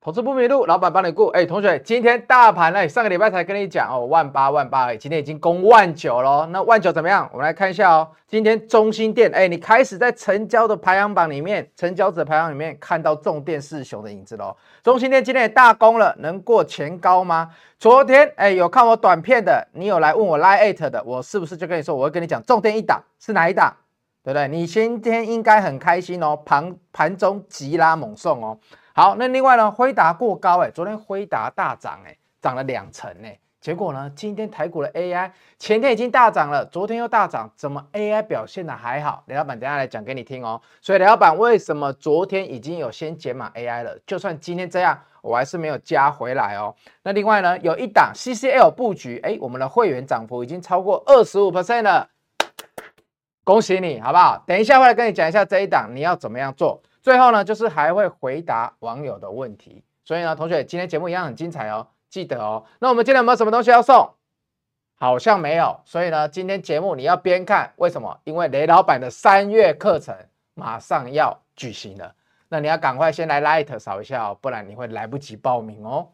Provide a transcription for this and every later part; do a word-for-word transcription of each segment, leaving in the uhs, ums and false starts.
投资不迷路，老板帮你顾。哎，同学，今天大盘呢？上个礼拜才跟你讲哦，万八万八而已，今天已经攻万九了。那万九怎么样？我们来看一下哦。今天中兴电，哎，你开始在成交的排行榜里面，成交者排行里面看到重电四雄的影子喽。中兴电今天也大攻了，能过前高吗？昨天哎，有看我短片的，你有来问我 Line 的，我是不是就跟你说，我会跟你讲重电一档是哪一档，对不对？你今天应该很开心哦，盘盘中急拉猛送哦。好，那另外呢，辉达过高哎，昨天辉达大涨哎，涨了两成哎，结果呢，今天台股的 A I 前天已经大涨了，昨天又大涨，怎么 A I 表现的还好？雷老板等一下来讲给你听哦。所以雷老板为什么昨天已经有先减码 A I 了，就算今天这样，我还是没有加回来哦。那另外呢，有一档 C C L 布局，哎，我们的会员涨幅已经超过 百分之二十五 了，恭喜你，好不好？等一下会来跟你讲一下这一档你要怎么样做。最后呢，就是还会回答网友的问题，所以呢，同学今天节目一样很精彩哦，记得哦。那我们今天有没有什么东西要送？好像没有，所以呢，今天节目你要边看，为什么？因为雷老板的三月课程马上要举行了，那你要赶快先来 Light 扫一下哦，不然你会来不及报名哦。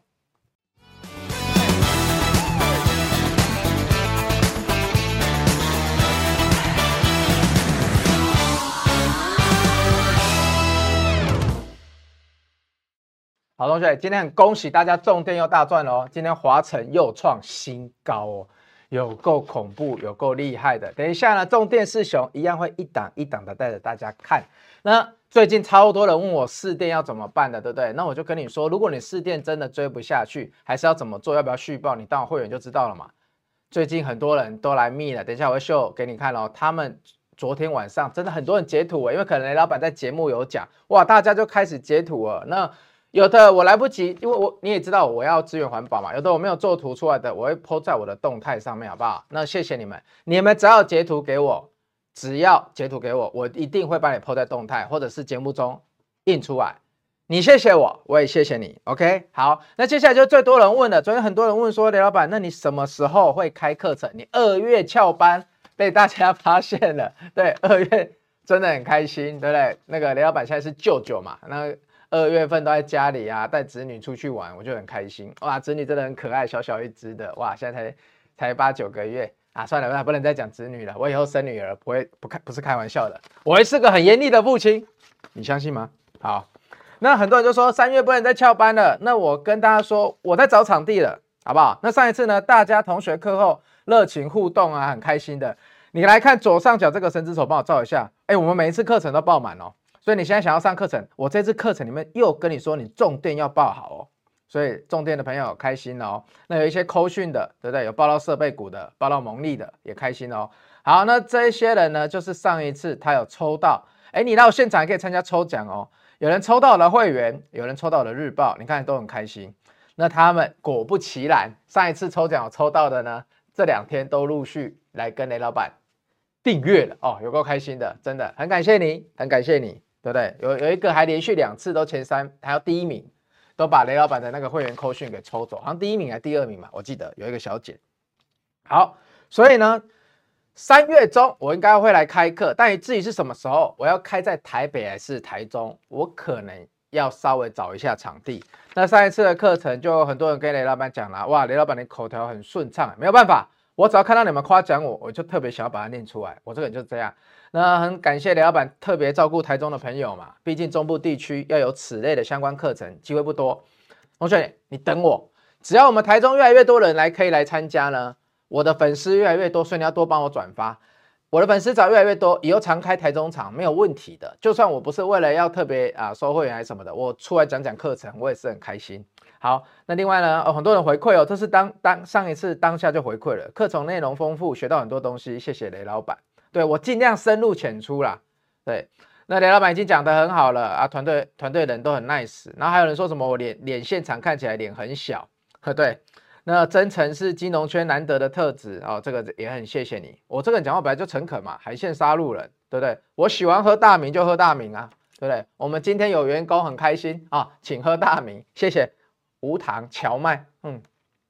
好，同学，今天很恭喜大家重电又大赚了哦！今天华城又创新高哦，有够恐怖，有够厉害的。等一下呢，重电四雄一样会一档一档的带着大家看。那最近超多人问我市电要怎么办的，对不对？那我就跟你说，如果你市电真的追不下去，还是要怎么做？要不要续报？你当我会员就知道了嘛。最近很多人都来密了，等一下我会秀给你看哦。他们昨天晚上真的很多人截图，因为可能雷老板在节目有讲，哇，大家就开始截图了。那有的我来不及，因为我你也知道我要资源环保嘛，有的我没有做图出来的，我会 po 在我的动态上面，好不好？那谢谢你们，你们只要截图给我，只要截图给我，我一定会把你 po 在动态，或者是节目中印出来。你谢谢我，我也谢谢你 ，OK？ 好，那接下来就最多人问的，昨天很多人问说，雷老板，那你什么时候会开课程？你二月翘班被大家发现了，对，二月真的很开心，对不对？那个雷老板现在是舅舅嘛，那二月份都在家里啊，带子女出去玩，我就很开心。哇，子女真的很可爱，小小一只的，哇，现在才才八九个月啊，算了，不能再讲子女了，我以后生女儿不会不开不是开玩笑的，我会是个很严厉的父亲，你相信吗？好，那很多人就说三月不能再翘班了，那我跟大家说，我在找场地了，好不好？那上一次呢，大家同学课后热情互动啊，很开心的。你来看左上角这个神之手，帮我照一下。哎，我们每一次课程都爆满哦。所以你现在想要上课程，我这次课程里面又跟你说你重电要报好哦，所以重电的朋友开心哦。那有一些扣讯的，对不对？有报到设备股的，报到蒙利的，也开心哦。好，那这一些人呢，就是上一次他有抽到，哎，你来我现场也可以参加抽奖哦。有人抽到我的会员，有人抽到我的日报，你看都很开心。那他们果不其然，上一次抽奖有抽到的呢，这两天都陆续来跟雷老板订阅了哦，有够开心的，真的很感谢你，很感谢你。对不对？有有一个还连续两次都前三，还有第一名，都把雷老板的那个会员扣讯给抽走，好像第一名还是第二名嘛，我记得有一个小姐。好，所以呢，三月中我应该会来开课，但至于是什么时候，我要开在台北还是台中，我可能要稍微找一下场地。那上一次的课程就很多人跟雷老板讲了，哇，雷老板的口条很顺畅，没有办法，我只要看到你们夸奖我，我就特别想要把它念出来，我这个人就是这样。那很感谢雷老板特别照顾台中的朋友嘛，毕竟中部地区要有此类的相关课程机会不多。同学，你等我，只要我们台中越来越多人来可以来参加呢，我的粉丝越来越多，所以你要多帮我转发。我的粉丝找越来越多，以后常开台中场没有问题的。就算我不是为了要特别啊收会员还是什么的，我出来讲讲课程，我也是很开心。好，那另外呢，哦、很多人回馈哦，这是当当上一次当下就回馈了，课程内容丰富，学到很多东西，谢谢雷老板。对，我尽量深入浅出啦。对，那雷老板已经讲得很好了啊，团队团队人都很 nice， 然后还有人说什么我脸脸现场看起来脸很小，对，那真诚是金融圈难得的特质哦，这个也很谢谢你。我这个人讲话本来就诚恳嘛，海线杀路人，对不对？我喜欢喝大名就喝大名啊，对不对？我们今天有员工很开心啊，请喝大名，谢谢无糖荞麦，嗯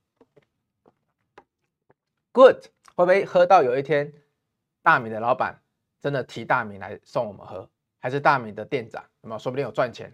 ，good， 会不会喝到有一天？大米的老板真的提大米来送我们喝，还是大米的店长有没有？说不定有赚钱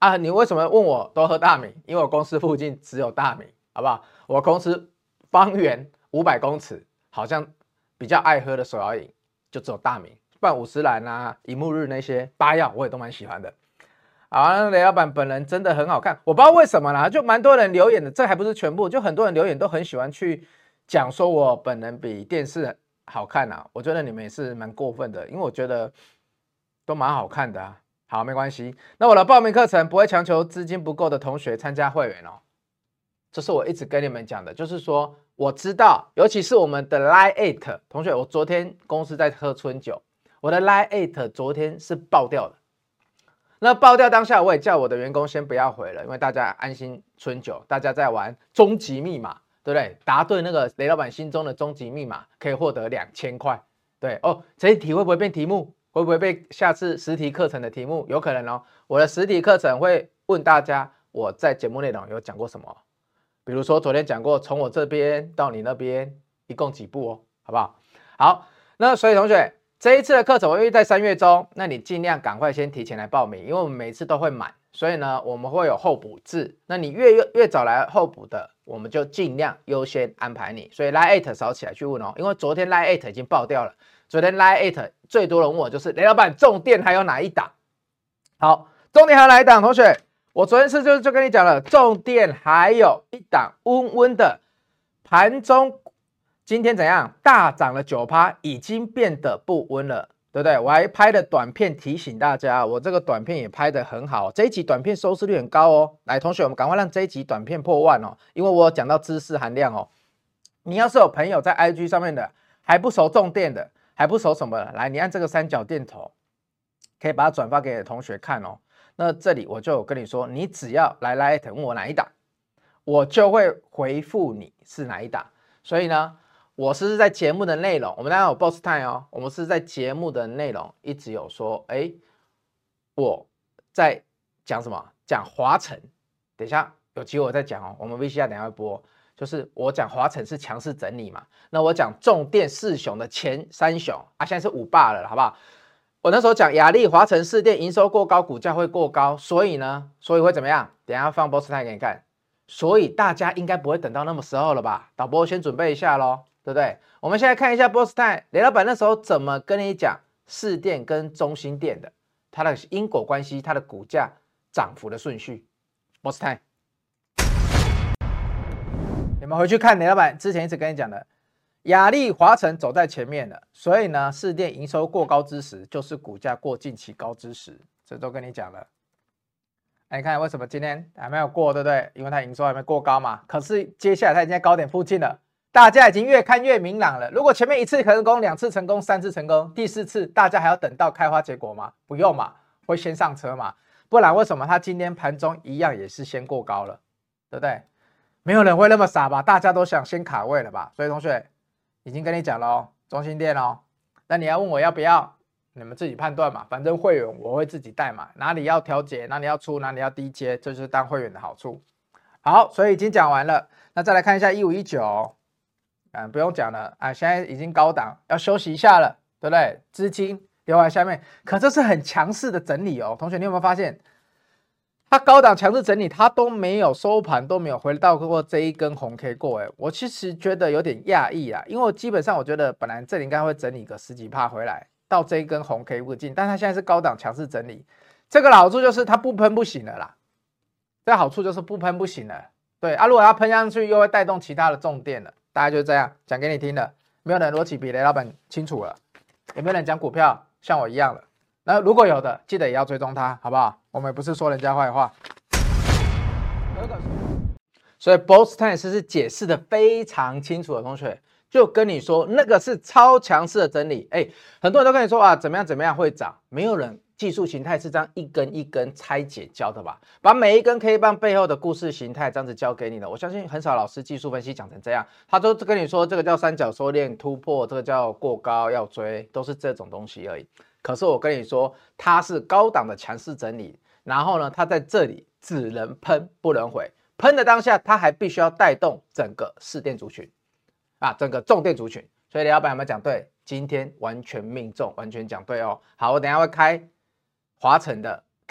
啊，你为什么问我都喝大米？因为我公司附近只有大米，好不好？我公司方圆五百公尺，好像比较爱喝的手摇饮就只有大米，不然五十岚啊、一沐日那些八药我也都蛮喜欢的。好，雷老板本人真的很好看，我不知道为什么啦，就蛮多人留言的，这还不是全部，就很多人留言都很喜欢去讲说我本人比电视好看啊，我觉得你们也是蛮过分的，因为我觉得都蛮好看的啊。好，没关系，那我的报名课程不会强求资金不够的同学参加会员哦，这是我一直跟你们讲的，就是说我知道，尤其是我们的 Line eight 同学，我昨天公司在喝春酒，我的 Line eight 昨天是爆掉的。那爆掉当下，我也叫我的员工先不要回了，因为大家安心春酒，大家在玩终极密码，对不对？答对那个雷老板心中的终极密码，可以获得两千块。对哦，这一题会不会变题目？会不会被下次实体课程的题目？有可能哦。我的实体课程会问大家，我在节目内容有讲过什么？比如说昨天讲过，从我这边到你那边一共几步哦，好不好？好，那所以同学。这一次的课程我预计在三月中，那你尽量赶快先提前来报名，因为我们每次都会满，所以呢我们会有候补制。那你越越越早来候补的，我们就尽量优先安排你。所以 Line eight 扫起来去问哦，因为昨天 Line eight 已经爆掉了。昨天 Line eight 最多人问我就是雷老板重电还有哪一档？好，重电还有哪一档？同学，我昨天是就就跟你讲了，重电还有一档温温的盘中。今天怎样？大涨了 百分之九， 已经变得不温了，对不对？我还拍了短片提醒大家，我这个短片也拍得很好，这一集短片收视率很高哦。来，同学，我们赶快让这一集短片破万哦，因为我有讲到知识含量哦。你要是有朋友在 I G 上面的，还不熟重电的，还不熟什么的，来，你按这个三角箭头，可以把它转发给你的同学看哦。那这里我就有跟你说，你只要来 Line 问我哪一档，我就会回复你是哪一档。所以呢，我是在节目的内容，我们当然有 Boss Time 哦，我们是在节目的内容一直有说，哎，我在讲什么？讲华城，等一下有机会我再讲哦。我们 V C R 等一下会播，就是我讲华城是强势整理嘛，那我讲重电四雄的前三雄啊，现在是五霸了，好不好？我那时候讲亚力、华城、士电营收过高，股价会过高，所以呢，所以会怎么样？等一下放 Boss Time 给你看。所以大家应该不会等到那么时候了吧？导播先准备一下咯，对不对？我们现在看一下 Boss Time 雷老板那时候怎么跟你讲士电跟中兴电的，它的因果关系，它的股价涨幅的顺序。Boss Time， 你们回去看雷老板之前一直跟你讲的，亚力、华城走在前面了，所以呢，士电营收过高之时，就是股价过近期高之时，这都跟你讲了。你看为什么今天还没有过，对不对？因为它营收还没过高嘛。可是接下来它已经在高点附近了，大家已经越看越明朗了。如果前面一次成功、两次成功、三次成功，第四次大家还要等到开花结果吗？不用嘛，会先上车嘛。不然为什么它今天盘中一样也是先过高了，对不对？没有人会那么傻吧？大家都想先卡位了吧？所以同学已经跟你讲了哦，中兴电哦，那你要问我要不要？你们自己判断嘛，反正会员我会自己带嘛，哪里要调节，哪里要出，哪里要低接，这就是当会员的好处。好，所以已经讲完了，那再来看一下一五一九，嗯，不用讲了啊，现在已经高档，要休息一下了，对不对？资金留在下面，可这是很强势的整理哦，同学你有没有发现，它高档强势整理，它都没有收盘，都没有回到过这一根红 K 过，哎，我其实觉得有点讶异啦，因为我基本上我觉得本来这里应该会整理个十几趴回来。到这一根红 K 附近，但它现在是高档强势整理，这个好处就是它不喷不行了啦。这个好处就是不喷不行了。对啊，如果它喷上去，又会带动其他的重电了。大家就这样讲给你听的，没有人逻辑比雷老板清楚了。有没有人讲股票像我一样的？那如果有的，记得也要追踪它，好不好？我们也不是说人家坏话。所以 Boss Time 是解释的非常清楚的，同学。就跟你说，那个是超强势的整理，哎，很多人都跟你说啊，怎么样怎么样会涨，没有人技术形态是这样一根一根拆解教的吧？把每一根 K 棒背后的故事形态这样子教给你的，我相信很少老师技术分析讲成这样，他都跟你说这个叫三角收敛突破，这个叫过高要追，都是这种东西而已。可是我跟你说，它是高档的强势整理，然后呢，它在这里只能喷不能回，喷的当下它还必须要带动整个市电族群。啊，整个重电族群，所以雷老板有没有讲对？今天完全命中，完全讲对哦。好，我等一下会开华城的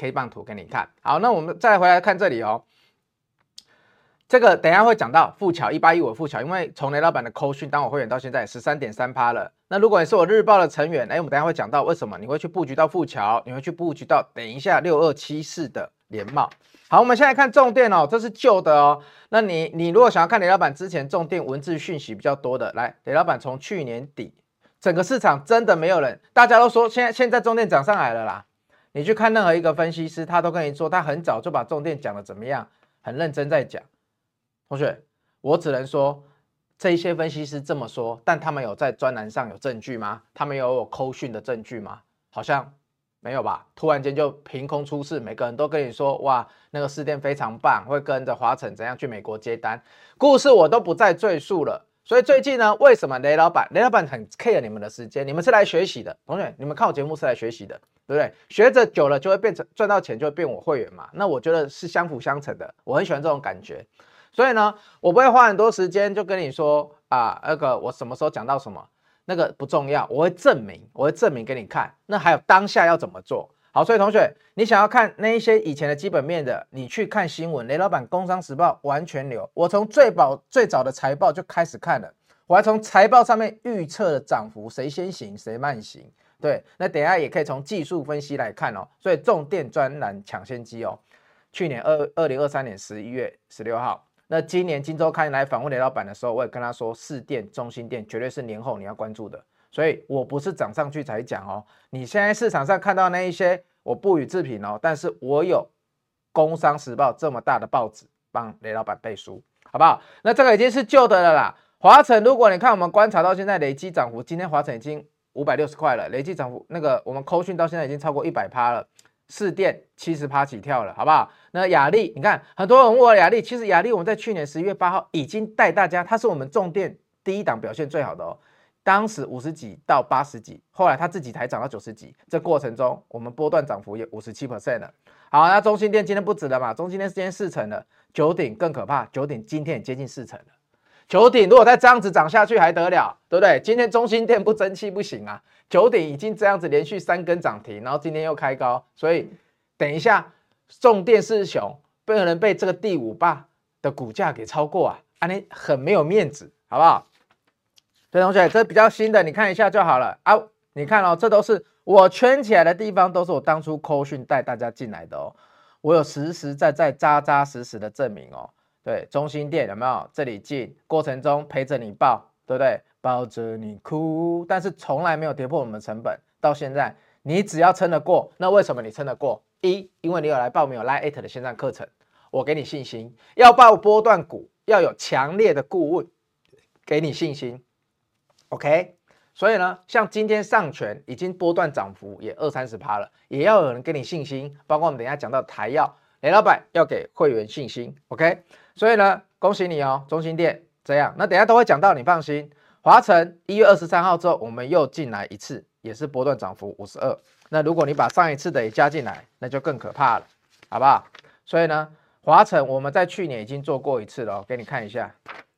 K 棒图给你看。好，那我们再回来看这里哦。这个等一下会讲到富桥一八一五的富桥，因为从雷老板的扣讯当我会员到现在 十三点三趴 了。那如果你是我日报的成员，哎，我们等一下会讲到为什么你会去布局到富桥，你会去布局到等一下六二七四的联茂。好，我们现在看重电哦，这是旧的哦。那你你如果想要看雷老板之前重电文字讯息比较多的，来，雷老板从去年底整个市场真的没有人，大家都说现在现在重电涨上来了啦。你去看任何一个分析师，他都跟你说他很早就把重电讲的怎么样，很认真在讲。同学，我只能说这一些分析师这么说，但他们有在专栏上有证据吗？他们有有扣讯的证据吗？好像没有吧。突然间就凭空出世，每个人都跟你说哇，那个市电非常棒，会跟着华晨怎样去美国接单，故事我都不再赘述了。所以最近呢，为什么雷老板雷老板很 care 你们的时间？你们是来学习的，同学，你们看我节目是来学习的，对不对？学着久了就会变成赚到钱，就会变我会员嘛。那我觉得是相辅相成的，我很喜欢这种感觉。所以呢，我不会花很多时间就跟你说啊，那个我什么时候讲到什么，那个不重要，我会证明，我会证明给你看。那还有当下要怎么做？好，所以同学，你想要看那一些以前的基本面的，你去看新闻，雷老板《工商时报》完全留。我从最早最早的财报就开始看了，我还从财报上面预测了涨幅，谁先行谁慢行。对，那等一下也可以从技术分析来看哦。所以重电专栏抢先机哦，去年二二零二三年十一月十六号。那今年金周刊来访问雷老板的时候，我也跟他说，市电、中心电绝对是年后你要关注的。所以我不是涨上去才讲哦。你现在市场上看到那一些，我不予置评哦。但是我有《工商时报》这么大的报纸帮雷老板背书，好不好？那这个已经是旧的了啦。华晨，如果你看我们观察到现在累积涨幅，今天华晨已经五百六十块了，累计涨幅那个我们扣讯到现在已经超过 百分之百 了。市电 百分之七十 起跳了，好不好？那亚力，你看很多人问我亚力，其实亚力我们在去年十一月八号已经带大家，它是我们重电第一档表现最好的哦。当时五十几到八十几，后来它自己才涨到九十几，这过程中我们波段涨幅也 百分之五十七 了。好，那中兴电今天不止了嘛，中兴电今天四成了，九鼎更可怕，九鼎今天也接近四成了。九鼎如果再这样子涨下去还得了，对不对？今天中兴电不争气不行啊。九鼎已经这样子连续三根涨停，然后今天又开高，所以等一下重电是熊，不能被这个第五霸的股价给超过啊，啊你很没有面子，好不好？所以同学，这比较新的，你看一下就好了啊。你看哦，这都是我圈起来的地方，都是我当初扣讯带大家进来的哦，我有实实在在、扎扎实实的证明哦。对，中兴电有没有？这里进过程中陪着你抱，对不对？抱着你哭，但是从来没有跌破我们的成本。到现在，你只要撑得过，那为什么你撑得过？一，因为你有来报名有 Line 的线上课程，我给你信心。要报波段股，要有强烈的顾问，给你信心。OK， 所以呢，像今天上权已经波段涨幅也二三十趴了，也要有人给你信心。包括我们等一下讲到台药，雷老板要给会员信心。OK， 所以呢，恭喜你哦，中兴电这样。那等一下都会讲到，你放心。华晨一月二十三号之后，我们又进来一次，也是波段涨幅五十二。那如果你把上一次的也加进来，那就更可怕了，好不好？所以呢，华晨我们在去年已经做过一次了，给你看一下。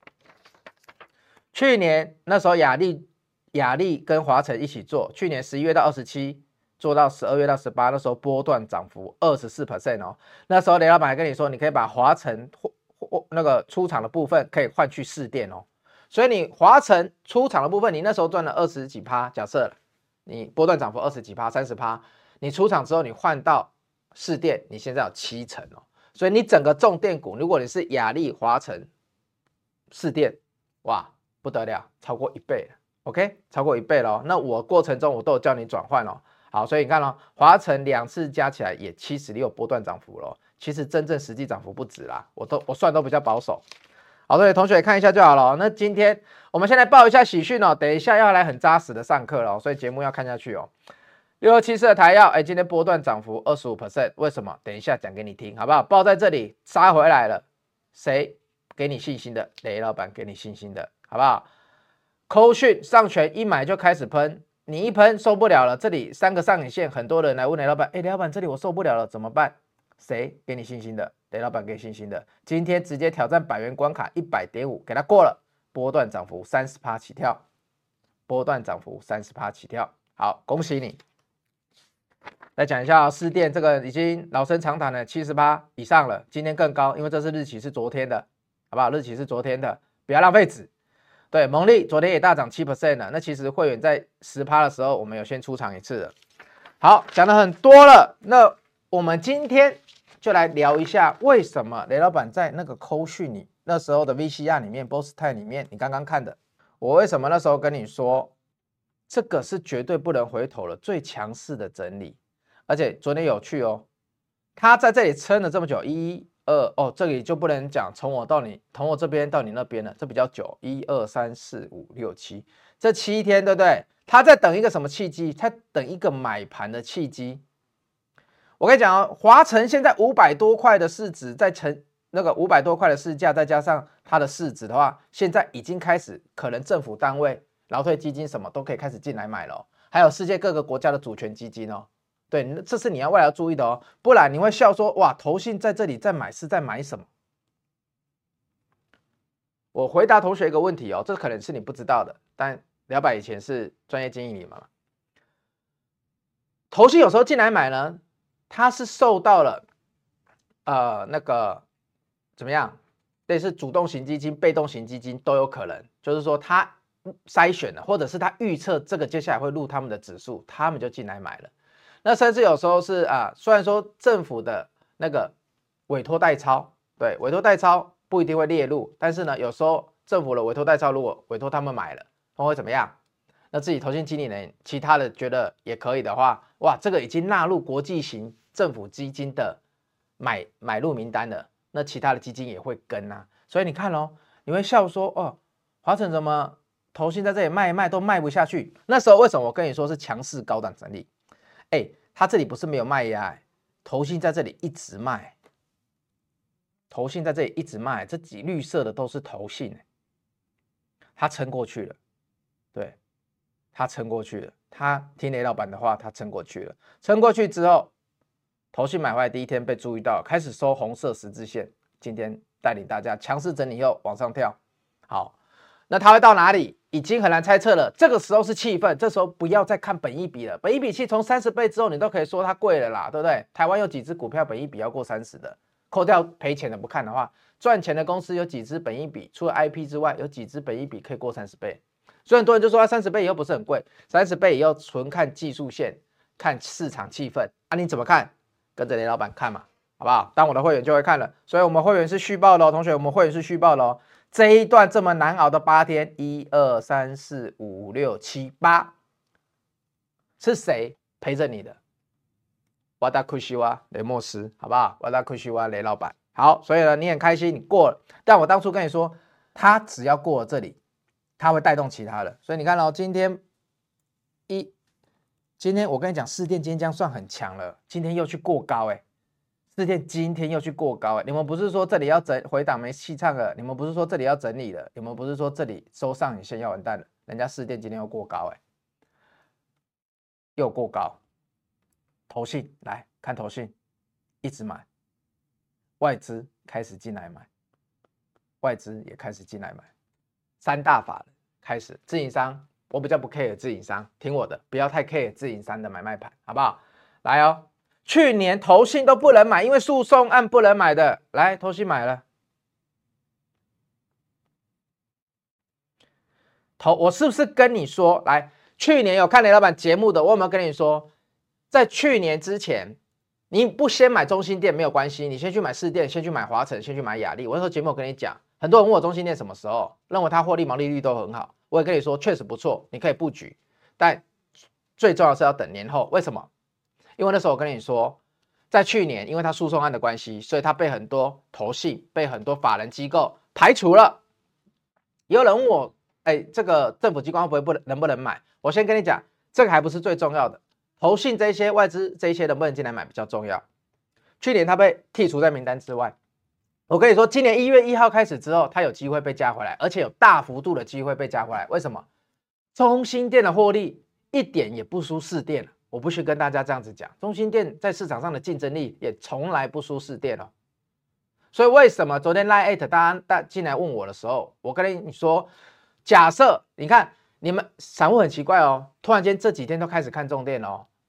去年那时候亚力、亚力跟华晨一起做，去年十一月到二十七，做到十二月到十八，那时候波段涨幅 百分之二十四 哦。那时候雷老板还跟你说，你可以把华晨那个出厂的部分可以换去市电哦。所以你华晨出厂的部分，你那时候赚了二十几趴，假设你波段涨幅二十几趴、三十趴，你出厂之后你换到市电，你现在有七成哦。所以你整个重电股，如果你是亚力、华晨、市电，哇，不得了，超过一倍了 ，OK， 超过一倍了。那我过程中我都有叫你转换哦。好，所以你看哦，华晨两次加起来也七十六波段涨幅了，其实真正实际涨幅不止啦，我都我算都比较保守。好，对，同学也看一下就好了。那今天我们先来报一下喜讯哦，等一下要来很扎实的上课了，所以节目要看下去哦。六二七四的台药，哎，今天波段涨幅 百分之二十五， 为什么？等一下讲给你听，好不好？报在这里杀回来了，谁给你信心的？雷老板给你信心的，好不好？扣讯上权一买就开始喷，你一喷受不了了，这里三个上影线，很多人来问雷老板，哎，雷老板这里我受不了了，怎么办？谁给你信心的？雷老板给信心的，今天直接挑战百元关卡 一百点五， 给他过了，波段涨幅 百分之三十 起跳，波段涨幅 百分之三十 起跳，好，恭喜你。 来讲一下市电这个已经老生常谈了，七十八以上了，今天更高，因为这是日期是昨天的，好不好？日期是昨天的，不要浪费纸。对，蒙利昨天也大涨 百分之七 了，那其实会员在 百分之十 的时候，我们有先出场一次了。好，讲的很多了，那我们今天就来聊一下，为什么雷老板在那个扣讯里那时候的 V C R 里面 ，Boss Time 里面，你刚刚看的，我为什么那时候跟你说，这个是绝对不能回头了，最强势的整理。而且昨天有趣哦，他在这里撑了这么久，一二哦，这里就不能讲从我到你，从我这边到你那边了，这比较久，一二三四五六七，这七天对不对？他在等一个什么契机？他等一个买盘的契机。我跟你讲哦，华城现在五百多块的市值，再乘那个五百多块的市价，再加上它的市值的话，现在已经开始可能政府单位、劳退基金什么都可以开始进来买了、哦，还有世界各个国家的主权基金哦。对，这是你要未来要注意的哦，不然你会笑说哇，投信在这里在买是在买什么？我回答同学一个问题哦，这可能是你不知道的，但两百以前是专业经理嘛，投信有时候进来买呢，它是受到了呃那个怎么样，类似主动型基金、被动型基金都有可能，就是说它筛选了，或者是它预测这个接下来会入他们的指数，他们就进来买了。那甚至有时候是啊，虽然说政府的那个委托代抄，对，委托代抄不一定会列入，但是呢，有时候政府的委托代抄如果委托他们买了，他们会怎么样？那自己投信经理人其他的觉得也可以的话，哇，这个已经纳入国际型政府基金的买买入名单了，那其他的基金也会跟啊。所以你看哦，你会笑说哦，华城怎么投信在这里卖一卖都卖不下去？那时候为什么我跟你说是强势高档整理？哎，他这里不是没有卖压、欸，投信在这里一直卖，投信在这里一直卖，这几绿色的都是投信、欸，他撑过去了，对，他撑过去了，他听雷老板的话，他撑过去了，撑过去之后，投信买回来第一天被注意到，开始收红色十字线，今天带领大家强势整理后往上跳，好，那他会到哪里？已经很难猜测了。这个时候是气氛，这时候不要再看本益比了。本益比其实从三十倍之后，你都可以说它贵了啦，对不对？台湾有几只股票本益比要过三十的，扣掉赔钱的不看的话，赚钱的公司有几只本益比？除了 I P 之外，有几只本益比可以过三十倍？所以很多人就说它三十倍以后不是很贵，三十倍以后纯看技术线，看市场气氛啊，你怎么看？跟着雷老板看嘛，好不好？当我的会员就会看了，所以我们会员是续报的哦，同学，我们会员是续报的哦。这一段这么难熬的八天，一二三四五六七八，是谁陪着你的？瓦达库西瓦雷莫斯，好不好？瓦达库西瓦雷老板，好，所以呢，你很开心，你过了。但我当初跟你说，他只要过了这里，他会带动其他的。所以你看哦，今天一，今天我跟你讲，市电今天这样算很强了，今天又去过高、欸，哎。市电今天又去过高、欸，你们不是说这里要整回档没戏唱了？你们不是说这里要整理了？你们不是说这里收上影线要完蛋了？人家市电今天又过高、欸，哎，又过高。投信来看投信，一直买，外资开始进来买，外资也开始进来买，三大法人开始，自营商我比较不 care 自营商，听我的，不要太 care 自营商的买卖盘，好不好？来哦。去年投信都不能买，因为诉讼案不能买的，来投信买了。投我是不是跟你说，来去年有看雷老板节目的，我有没有跟你说，在去年之前，你不先买中兴电没有关系，你先去买士电，先去买华城，先去买亚力。我那时候节目我跟你讲，很多人问我中兴电什么时候，认为它获利毛利率都很好，我也跟你说确实不错，你可以布局，但最重要的是要等年后，为什么？因为那时候我跟你说，在去年，因为他诉讼案的关系，所以他被很多投信、被很多法人机构排除了。也有人问我，哎，这个政府机关会不会不能不能买？我先跟你讲，这个还不是最重要的，投信这些外资这些能不能进来买比较重要。去年他被剔除在名单之外，我跟你说，今年一月一号开始之后，他有机会被加回来，而且有大幅度的机会被加回来。为什么？中兴电的获利一点也不输市电了。我不去跟大家这样子讲，中兴电在市场上的竞争力也从来不输市电哦。所以为什么昨天 Line 大家大进来问我的时候，我跟你说，假设你看你们散户很奇怪哦，突然间这几天都开始看重电哦，啊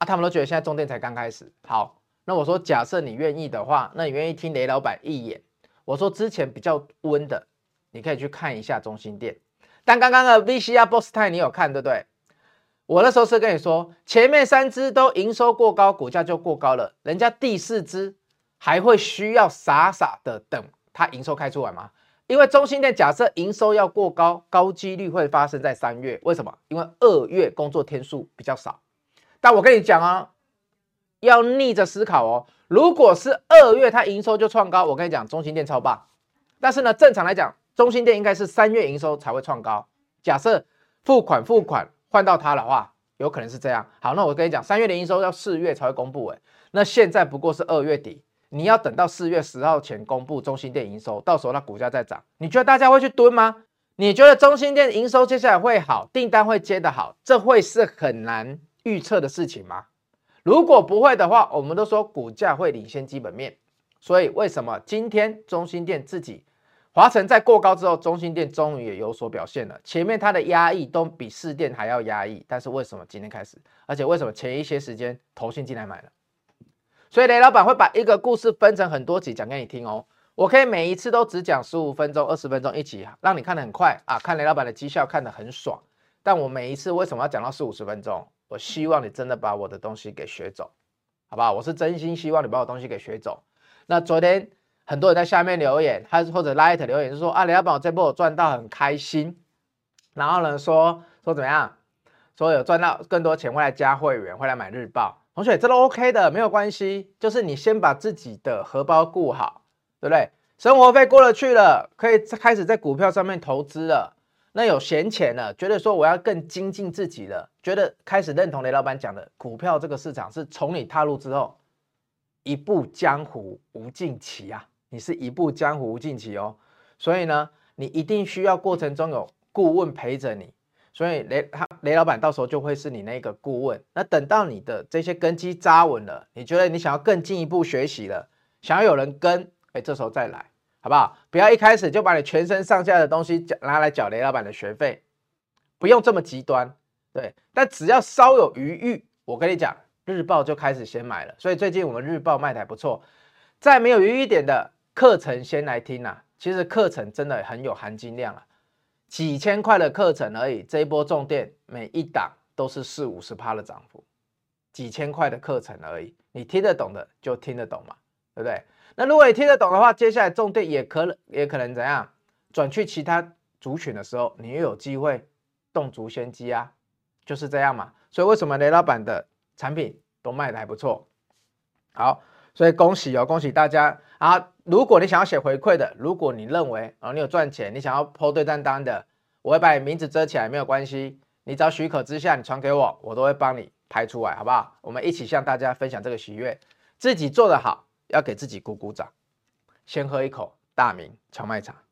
啊，他们都觉得现在中电才刚开始。好，那我说假设你愿意的话，那你愿意听雷老板一眼？我说之前比较温的，你可以去看一下中兴电。但刚刚的 V C R Boss Time 你有看对不对？我那时候是跟你说，前面三只都营收过高，股价就过高了，人家第四只还会需要傻傻的等它营收开出来吗？因为中兴电假设营收要过高，高几率会发生在三月。为什么？因为二月工作天数比较少。但我跟你讲啊，要逆着思考哦。如果是二月它营收就创高，我跟你讲，中兴电超棒。但是呢，正常来讲，中兴电应该是三月营收才会创高。假设付款付款换到它的话，有可能是这样。好，那我跟你讲，三月的营收要四月才会公布，哎，那现在不过是二月底。你要等到四月十号前公布中兴电营收，到时候它股价再涨，你觉得大家会去蹲吗？你觉得中兴电营收接下来会好，订单会接得好，这会是很难预测的事情吗？如果不会的话，我们都说股价会领先基本面，所以为什么今天中兴电自己华城在过高之后，中兴电终于也有所表现了？前面它的压抑都比市电还要压抑，但是为什么今天开始？而且为什么前一些时间投信进来买了？所以雷老板会把一个故事分成很多集讲给你听哦。我可以每一次都只讲十五分钟、二十分钟一集，让你看得很快啊，看雷老板的绩效看得很爽。但我每一次为什么要讲到四五十分钟？我希望你真的把我的东西给学走，好不好？我是真心希望你把我东西给学走。那昨天很多人在下面留言，还或者 Light 留言就说啊，雷老板我这波我赚到很开心，然后呢说说怎么样？说有赚到更多钱会来加会员，会来买日报。同学，这都 OK 的，没有关系，就是你先把自己的荷包顾好，对不对？生活费过了去了，可以开始在股票上面投资了。那有闲钱了，觉得说我要更精进自己了，觉得开始认同雷老板讲的，股票这个市场是从你踏入之后，一步江湖无尽期啊，你是一步江湖无尽期哦。所以呢，你一定需要过程中有顾问陪着你。所以雷他雷老板到时候就会是你那个顾问。那等到你的这些根基扎稳了，你觉得你想要更进一步学习了，想要有人跟，哎，这时候再来，好不好？不要一开始就把你全身上下的东西拿来缴雷老板的学费，不用这么极端，对。但只要稍有余裕，我跟你讲，日报就开始先买了。所以最近我们日报卖的还不错。再没有余裕一点的课程先来听啊，其实课程真的很有含金量啊。几千块的课程而已，这一波重电每一档都是四五十趴的涨幅，几千块的课程而已，你听得懂的就听得懂嘛，对不对？那如果你听得懂的话，接下来重电也可也可能怎样转去其他族群的时候，你又有机会动足先机啊，就是这样嘛。所以为什么雷老板的产品都卖得还不错？好，所以恭喜哦，恭喜大家啊！如果你想要写回馈的，如果你认为啊、哦、你有赚钱，你想要 po 对账单的，我会把你名字遮起来，没有关系，你只要许可之下，你传给我，我都会帮你拍出来，好不好？我们一起向大家分享这个喜悦，自己做得好，要给自己鼓鼓掌。先喝一口大明荞麦茶。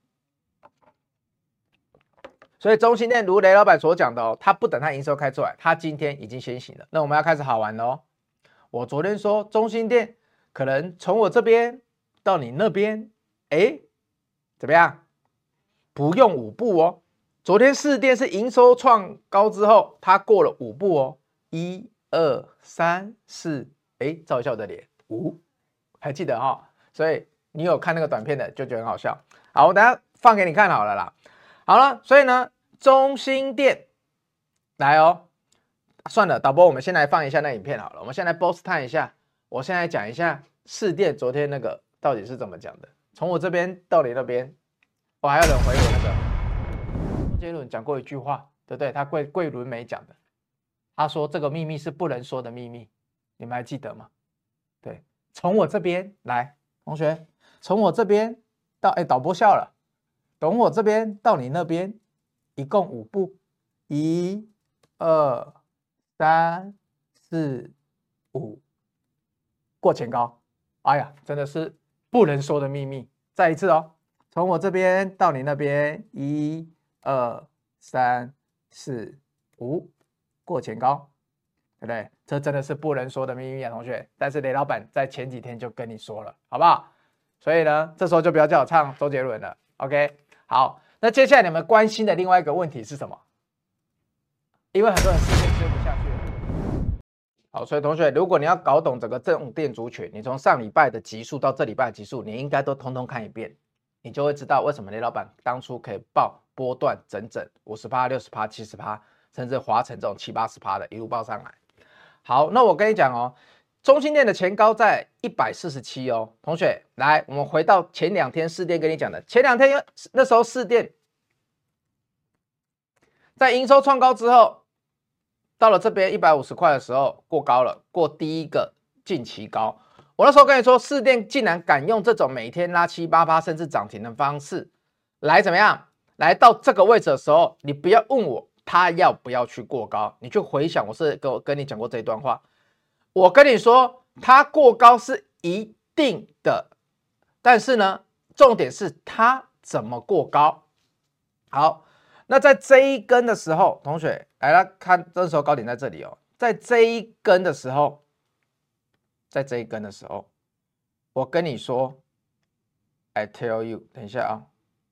所以中兴电如雷老板所讲的哦，他不等他营收开出来，他今天已经先行了。那我们要开始好玩了哦。我昨天说中兴电可能从我这边到你那边，哎，怎么样？不用五步哦。昨天市电是营收创高之后，它过了五步哦，一二三四，哎，照一下我的脸，五，还记得哈、哦？所以你有看那个短片的就觉得很好笑。好，我等下放给你看好了啦。好了，所以呢，中兴电来哦。算了，导播，我们先来放一下那影片好了。我们先来 boss time 一下，我先来讲一下市电昨天那个到底是怎么讲的。从我这边到你那边，我、哦、还有人回我那个周杰伦讲过一句话，对不对？他桂桂纶镁讲的，他说这个秘密是不能说的秘密，你们还记得吗？对，从我这边来，同学，从我这边到，哎，导播笑了，从我这边到你那边，一共五步，一、二。三四五，过前高，哎呀，真的是不能说的秘密。再一次哦，从我这边到你那边，一、二、三、四、五，过前高，对不对？这真的是不能说的秘密啊，同学。但是雷老板在前几天就跟你说了，好不好？所以呢，这时候就不要叫我唱周杰伦了 ，OK？ 好，那接下来你们关心的另外一个问题是什么？因为很多人事先追不下去了。 好，所以同学，如果你要搞懂整个重电族群，你从上礼拜的集数到这礼拜的集数，你应该都通通看一遍，你就会知道为什么雷老板当初可以报波段整整 百分之五十、百分之六十、百分之七十，甚至华城这种七八十的一路报上来。好，那我跟你讲哦，中兴电的前高在一百四十七哦，同学，来，我们回到前两天市电跟你讲的，前两天那时候市电在营收创高之后。到了这边一百五十块的时候过高了，过第一个近期高。我那时候跟你说，市电竟然敢用这种每天拉七八八甚至涨停的方式来怎么样？来到这个位置的时候，你不要问我他要不要去过高，你去回想我是跟我跟你讲过这一段话。我跟你说，它过高是一定的，但是呢，重点是它怎么过高。好。那在这一根的时候，同学来了看，这时候高点在这里哦，在这一根的时候，在这一根的时候，我跟你说 ，I tell you， 等一下啊，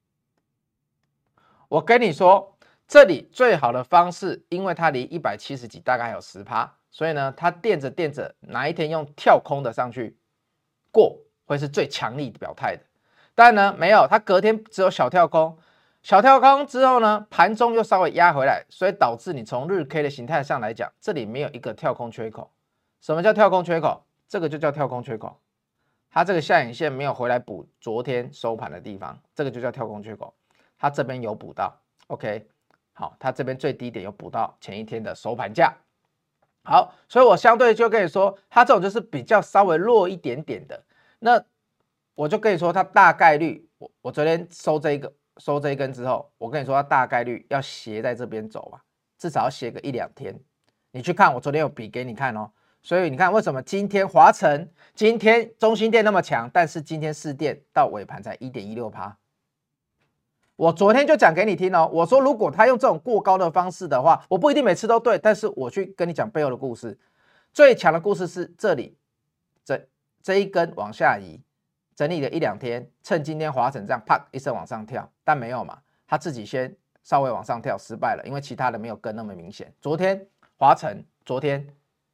我跟你说，这里最好的方式，因为它离一百七十几大概还有 百分之十， 所以呢，它垫着垫着，哪一天用跳空的上去过，会是最强力表态的。但呢，没有，它隔天只有小跳空。小跳空之后呢，盘中又稍微压回来，所以导致你从日 K 的形态上来讲，这里没有一个跳空缺口。什么叫跳空缺口？这个就叫跳空缺口。它这个下影线没有回来补昨天收盘的地方，这个就叫跳空缺口。它这边有补到 ，OK， 好，它这边最低点有补到前一天的收盘价。好，所以我相对就跟你说，它这种就是比较稍微弱一点点的。那我就跟你说，它大概率，我我昨天收这一个。收这一根之后，我跟你说，它大概率要斜在这边走啊，至少要斜个一两天。你去看，我昨天有比给你看哦。所以你看，为什么今天华城、今天中兴电那么强，但是今天市电到尾盘才 百分之一点一六。我昨天就讲给你听哦，我说如果他用这种过高的方式的话，我不一定每次都对，但是我去跟你讲背后的故事。最强的故事是这里，这这一根往下移。整理了一两天，趁今天华城这样啪一声往上跳，但没有嘛，他自己先稍微往上跳失败了，因为其他的没有跟那么明显。昨天华城，昨天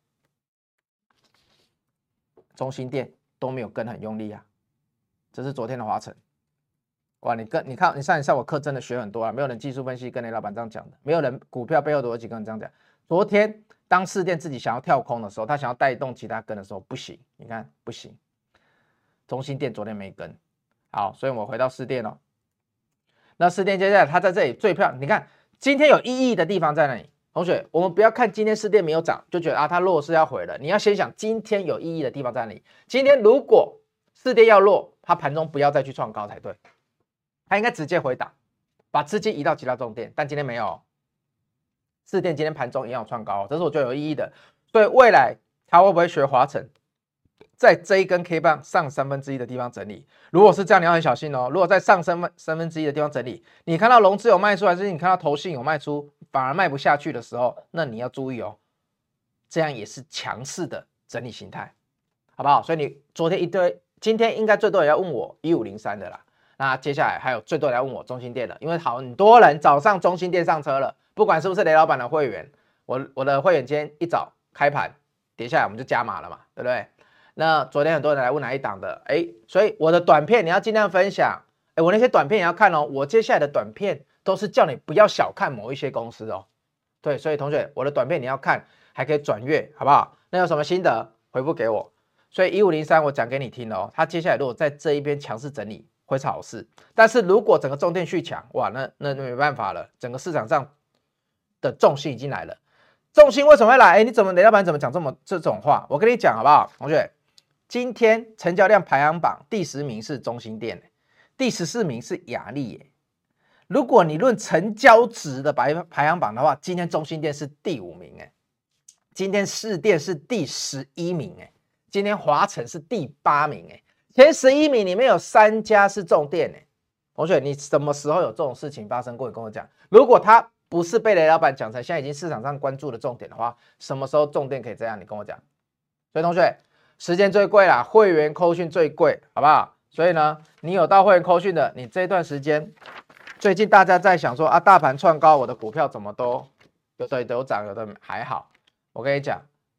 中兴电都没有跟很用力啊，这是昨天的华城。哇，你跟你看你上一上我课真的学很多啊，没有人技术分析跟雷老板这样讲的，没有人股票背后的逻辑跟你这样讲。昨天当市电自己想要跳空的时候，他想要带动其他跟的时候，不行，你看不行。中兴电昨天没跟，好，所以我回到市电哦。那市电接下来它在这里最漂亮，你看今天有意义的地方在哪里？同学，我们不要看今天市电没有涨，就觉得啊它弱势要回了。你要先想今天有意义的地方在哪里？今天如果市电要弱，它盘中不要再去创高才对，它应该直接回档，把资金移到其他重电，但今天没有。市电今天盘中一样有创高，这是我觉得有意义的。所以未来它会不会学华城？在这一根 K 棒上三分之一的地方整理，如果是这样，你要很小心哦。如果在上三分三分之一的地方整理，你看到融资有卖出，还是你看到投信有卖出，反而卖不下去的时候，那你要注意哦。这样也是强势的整理形态，好不好？所以你昨天一堆，今天应该最多人要问我一五零三的啦。那接下来还有最多人要问我中兴电的，因为很多人早上中兴电上车了，不管是不是雷老板的会员，我我的会员今天一早开盘跌下来，我们就加码了嘛，对不对？那昨天很多人来问哪一档的，哎，所以我的短片你要尽量分享，哎，我那些短片也要看哦。我接下来的短片都是叫你不要小看某一些公司哦。对，所以同学，我的短片你要看，还可以转阅，好不好？那有什么心得回复给我。所以一五零三我讲给你听哦，它接下来如果在这一边强势整理会是好事，但是如果整个重电续强，哇，那那没办法了，整个市场上的重心已经来了。重心为什么会来？哎，你怎么雷老板怎么讲这么这种话？我跟你讲好不好，同学？今天成交量排行榜第十名是中兴电，第十四名是亚力耶。如果你论成交值的排排行榜的话，今天中兴电是第五名哎，今天市电是第十一名哎，今天华城是第八名哎，前十一名里面有三家是重电哎。同学，你什么时候有这种事情发生过？你跟我讲。如果它不是被雷老板讲成现在已经市场上关注的重点的话，什么时候重电可以这样？你跟我讲。所以同学。时间最贵啦，会员扣讯最贵，好不好？所以呢，你有到会员扣讯的，你这段时间，最近大家在想说啊，大盘创高，我的股票怎么都有的有涨，有的还好。我跟你讲，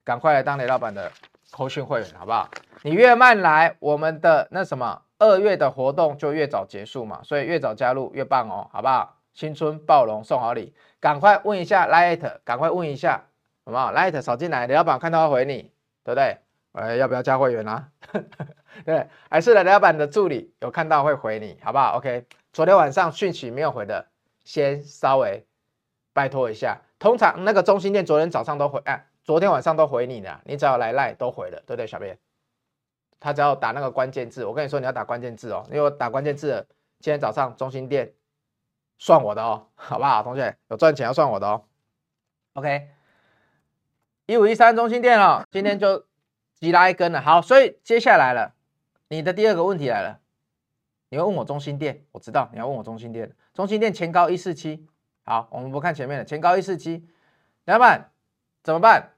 赶快来当雷老板的扣讯会员，好不好？你越慢来，我们的那什么二月的活动就越早结束嘛，所以越早加入越棒哦，好不好？新春暴龙送好礼，赶快问一下 Light， 赶快问一下，好不好 ？Light 扫进来，雷老板看到会回你，对不对？哎，要不要加会员啊？对，还是雷老板的助理有看到会回你，好不好 ？OK， 昨天晚上讯息没有回的，先稍微拜托一下。通常那个中心店昨天早上都回，哎，昨天晚上都回你的，你只要来赖都回了，对不对，小编？他只要打那个关键字，我跟你说你要打关键字哦，因为我打关键字了，今天早上中心店算我的哦，好不好，同学？有赚钱要算我的哦。OK， 一五一三中心店哦，今天就急拉一根了。好，所以接下来了，你的第二个问题来了，你会问我中心店，我知道你要问我中心店，中心店前高一四七，好，我们不看前面的，前高一四七，老板怎么办？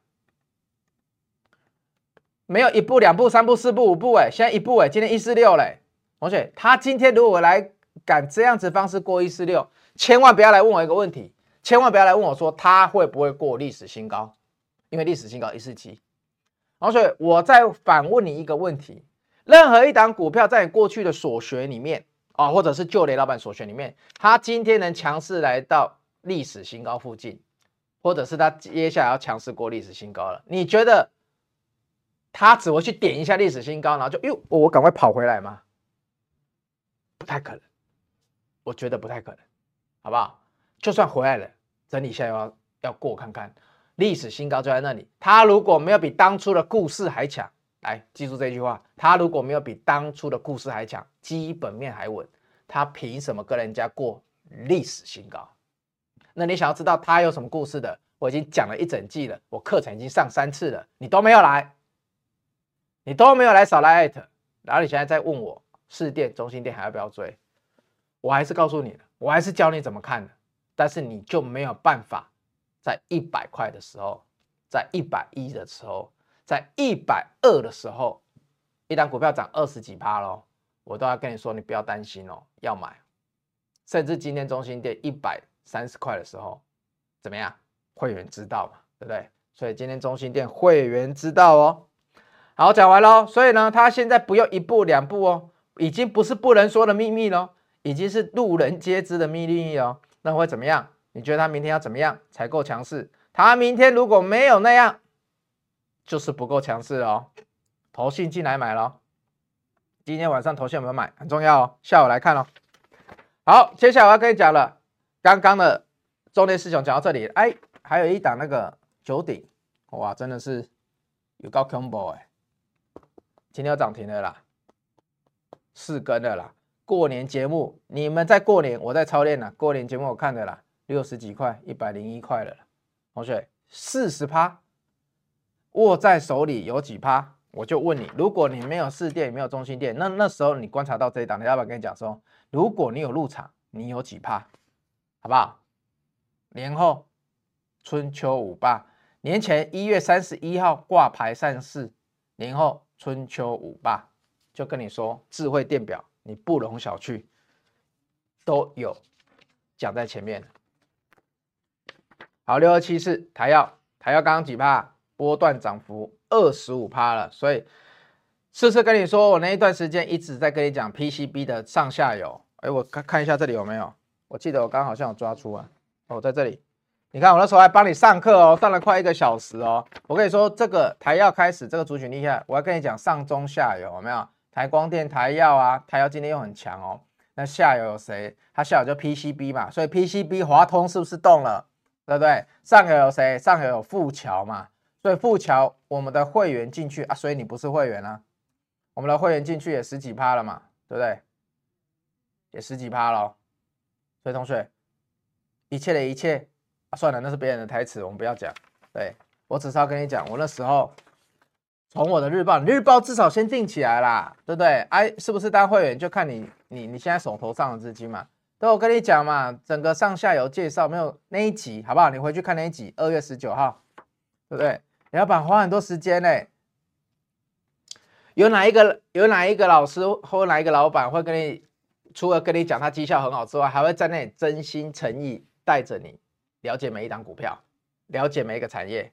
没有一步、两步、三步、四步、五步，哎，现在一步，哎，今天一四六嘞，同学，他今天如果来敢这样子方式过一四六，千万不要来问我一个问题，千万不要来问我说他会不会过历史新高，因为历史新高一四七。同学，我再反问你一个问题，任何一档股票在你过去的所学里面啊、哦，或者是就雷老板所学里面，它今天能强势来到历史新高附近，或者是它接下来要强势过历史新高了，你觉得它只会去点一下历史新高，然后就哟，我赶快跑回来吗？不太可能，我觉得不太可能，好不好？就算回来了，整理一下要要过看看，历史新高就在那里。它如果没有比当初的故事还强，来记住这句话，它如果没有比当初的故事还强，基本面还稳，它凭什么跟人家过历史新高？那你想要知道它有什么故事的？我已经讲了一整季了，我课程已经上三次了，你都没有来，你都没有来扫来 at， 然后你现在在问我市电、中心电还要不要追？我还是告诉你了，我还是教你怎么看的，但是你就没有办法在一百块的时候，在一百一的时候，在一百二的时候，一档股票涨二十几趴咯，我都要跟你说，你不要担心哦，要买。甚至今天中心店一百三十块的时候，怎么样？会员知道嘛，对不对？所以今天中心店会员知道哦。好，讲完喽。所以呢，他现在不用一步两步哦，已经不是不能说的秘密咯，已经是路人皆知的秘密哦。那会怎么样？你觉得他明天要怎么样才够强势？他明天如果没有那样，就是不够强势哦。投信进来买了，今天晚上投信有没有买？很重要哦。下午来看哦。好，接下来我要跟你讲了，刚刚的重点事情讲到这里，哎，还有一档那个九鼎，哇，真的是有够恐怖哎！今天要涨停了啦，四根了啦。过年节目，你们在过年，我在操练啦。过年节目我看的啦，六十几块，一百零一块了啦。同学，四十趴握在手里有几趴？我就问你，如果你没有市电，没有中心店，那那时候你观察到这一档，你要不要跟你讲说，如果你有入场，你有几趴？好不好？年后春秋五霸，年前一月三十一号挂牌上市，年后春秋五霸，就跟你说智慧电表，你不容小觑，都有讲在前面。好，六二七四台药，台药刚刚几趴？波段涨幅二十五趴了，所以次次跟你说，我那一段时间一直在跟你讲 P C B 的上下游。哎，我看看一下这里有没有？我记得我刚刚好像有抓出啊。哦，在这里，你看我那时候还帮你上课哦，上了快一个小时哦。我跟你说，这个台药开始，这个族群厉害，我要跟你讲上中下游有没有？台光电、台药啊，台药今天又很强哦。那下游有谁？它下游就 P C B 嘛，所以 P C B 华通是不是动了？对不对？上游有谁？上游有富桥嘛，所以富桥我们的会员进去啊，所以你不是会员啊，我们的会员进去也十几趴了嘛，对不对？也十几趴了，所以同学，一切的一切啊，算了，那是别人的台词，我们不要讲。对，我只是要跟你讲，我那时候从我的日报，你日报至少先定起来啦，对不对？哎，是不是当会员就看你你你现在手头上的资金嘛？都我跟你讲嘛，整个上下游介绍没有那一集，好不好？你回去看那一集，二月十九号，对不对？你要把花很多时间嘞。有哪一个有哪一个老师或哪一个老板会跟你，除了跟你讲他绩效很好之外，还会在那里真心诚意带着你了解每一档股票，了解每一个产业，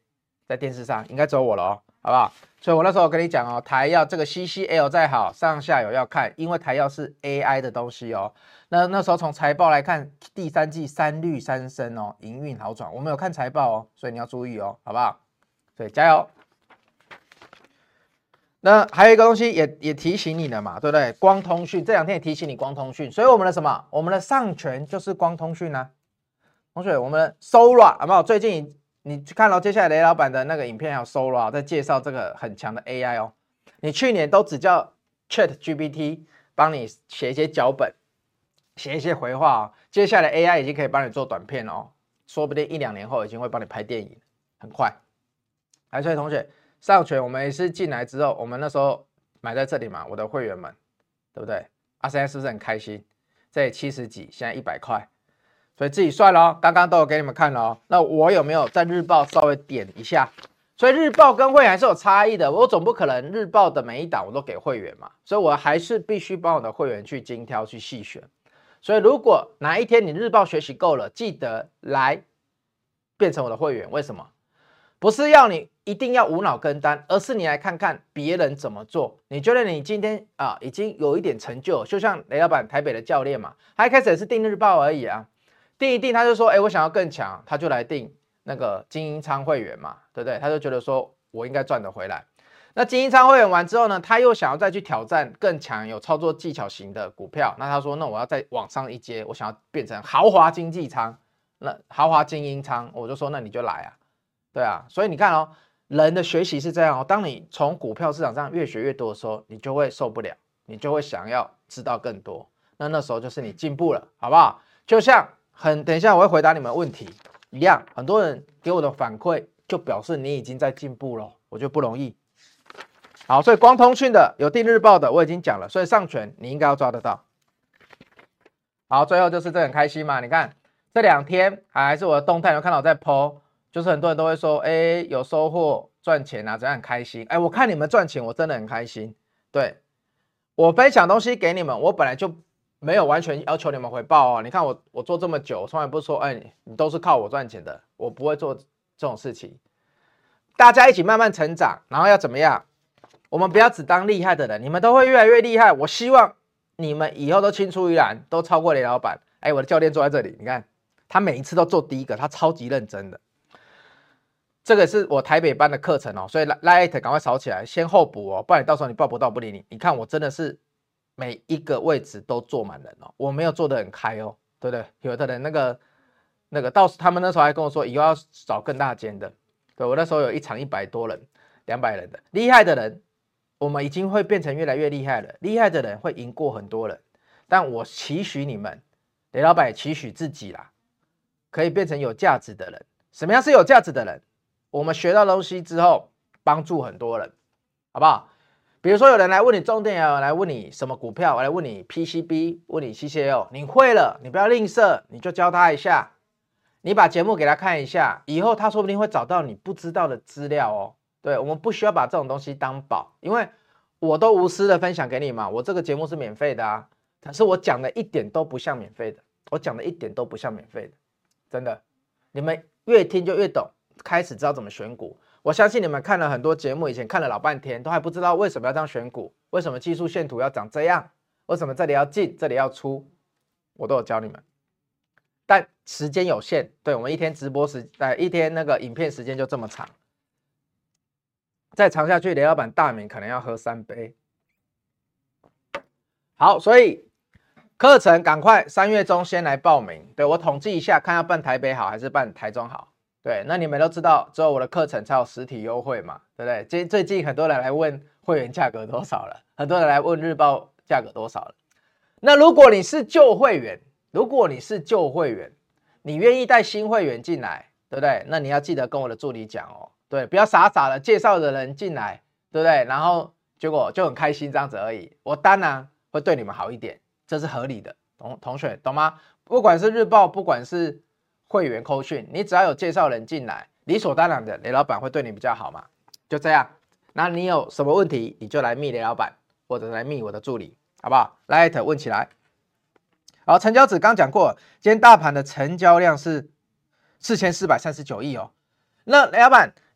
在电视上应该只有我了哦，好不好？所以我那时候跟你讲哦，台药这个 C C L 再好，上下游要看，因为台药是 A I 的东西哦。那那时候从财报来看，第三季三绿三升哦，营运好转。我们有看财报哦，所以你要注意哦，好不好？所以加油。那还有一个东西也也提醒你了嘛，对不对？光通讯这两天也提醒你光通讯，所以我们的什么？我们的上权就是光通讯啊。同学，我们的 Sora 好不好？最近你去看到接下来雷老板的那个影片，还有 Sora 在介绍这个很强的 A I 哦。你去年都只叫 Chat G P T 帮你写一些脚本，写一些回话哦，接下来 A I 已经可以帮你做短片哦，说不定一两年后已经会帮你拍电影，很快。来，所以同学。上权我们也是进来之后，我们那时候买在这里嘛，我的会员们，对不对？啊，现在是不是很开心？这里七十几，现在一百块，所以自己算了哦。刚刚都有给你们看了哦。那我有没有在日报稍微点一下？所以日报跟会员还是有差异的，我总不可能日报的每一档我都给会员嘛，所以我还是必须帮我的会员去精挑去细选。所以如果哪一天你日报学习够了，记得来变成我的会员。为什么？不是要你一定要无脑跟单，而是你来看看别人怎么做。你觉得你今天啊已经有一点成就，就像雷老板台北的教练嘛，他一开始也是订日报而已啊，订一订他就说，哎，我想要更强，他就来订那个精英仓会员嘛，对不对？他就觉得说我应该赚得回来。那精英仓会员完之后呢，他又想要再去挑战更强有操作技巧型的股票，那他说，那我要再往上一阶，我想要变成豪华经济舱，那豪华精英仓，我就说那你就来啊。对啊，所以你看哦，人的学习是这样哦。当你从股票市场上越学越多的时候，你就会受不了，你就会想要知道更多。那那时候就是你进步了，好不好？就像很等一下我会回答你们问题一样，很多人给我的反馈就表示你已经在进步了，我觉得不容易。好，所以光通讯的有订日报的我已经讲了，所以上权你应该要抓得到。好，最后就是这很开心嘛，你看这两天还是我的动态，有看到我在 po。就是很多人都会说，哎，有收获赚钱啊，怎样很开心？哎，我看你们赚钱，我真的很开心。对，我分享东西给你们，我本来就没有完全要求你们回报哦。你看我我做这么久，我从来不是说，哎，你都是靠我赚钱的，我不会做这种事情。大家一起慢慢成长，然后要怎么样？我们不要只当厉害的人，你们都会越来越厉害。我希望你们以后都青出于蓝，都超过雷老板。哎，我的教练坐在这里，你看他每一次都做第一个，他超级认真的。这个是我台北班的课程哦，所以 Lite 赶快扫起来，先后补哦，不然你到时候你报不到不理你。你看我真的是每一个位置都坐满人哦，我没有做得很开哦，对不对？有的人那个那个到时他们那时候还跟我说以后要找更大间的，对我那时候有一场一百多人、两百人的厉害的人，我们已经会变成越来越厉害了。厉害的人会赢过很多人，但我期许你们，雷老板也期许自己啦，可以变成有价值的人。什么样是有价值的人？我们学到东西之后，帮助很多人，好不好？比如说有人来问你重点，有人来问你什么股票，我来问你 P C B， 问你 C C L， 你会了，你不要吝啬，你就教他一下，你把节目给他看一下，以后他说不定会找到你不知道的资料哦。对，我们不需要把这种东西当宝，因为我都无私的分享给你嘛，我这个节目是免费的啊，可是我讲的一点都不像免费的，我讲的一点都不像免费的，真的，你们越听就越懂。开始知道怎么选股，我相信你们看了很多节目，以前看了老半天，都还不知道为什么要这样选股，为什么技术线图要长这样，为什么这里要进，这里要出，我都有教你们。但时间有限，对我们一天直播时，呃，一天那个影片时间就这么长，再长下去，雷老板大名可能要喝三杯。好，所以课程赶快三月中先来报名，对我统计一下，看要办台北好还是办台中好。对，那你们都知道，只有我的课程才有实体优惠嘛，对不对？最最近很多人来问会员价格多少了，很多人来问日报价格多少了。那如果你是旧会员，如果你是旧会员，你愿意带新会员进来，对不对？那你要记得跟我的助理讲哦，对，不要傻傻的介绍的人进来，对不对？然后结果就很开心这样子而已。我当然会对你们好一点，这是合理的，同同学懂吗？不管是日报，不管是会员扣讯，你只要有介绍人进来，理所当然的，雷老板会对你比较好嘛，就这样。那你有什么问题，你就来密雷老板，或者来密我的助理，好不好？来问起来。好，成交值刚讲过，今天大盘的成交量是四千四百三十九亿哦。那雷老板，